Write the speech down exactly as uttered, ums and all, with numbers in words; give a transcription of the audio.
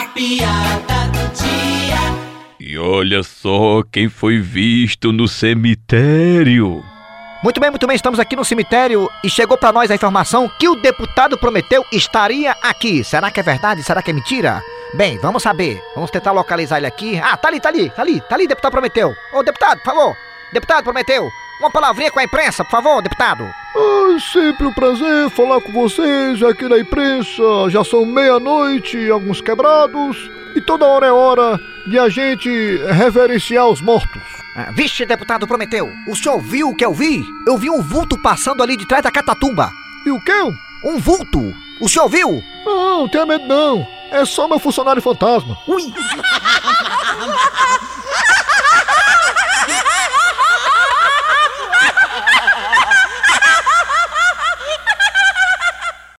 piada do dia. E olha só quem foi visto no cemitério. Muito bem, muito bem, estamos aqui no cemitério e chegou pra nós a informação que o deputado Prometeu estaria aqui. Será que é verdade? Será que é mentira? Bem, vamos saber. Vamos tentar localizar ele aqui. Ah, tá ali, tá ali, tá ali, tá ali, deputado Prometeu. Ô, deputado, por favor. Deputado Prometeu, uma palavrinha com a imprensa, por favor, deputado. Ah, sempre um prazer falar com vocês aqui na imprensa. Já são meia-noite, alguns quebrados, e toda hora é hora de a gente reverenciar os mortos. Ah, vixe, deputado Prometeu, o senhor viu o que eu vi? Eu vi um vulto passando ali de trás da Catatumba. E o quê? Um vulto? O senhor viu? Não, não tenha medo não. É só meu funcionário fantasma. Ui!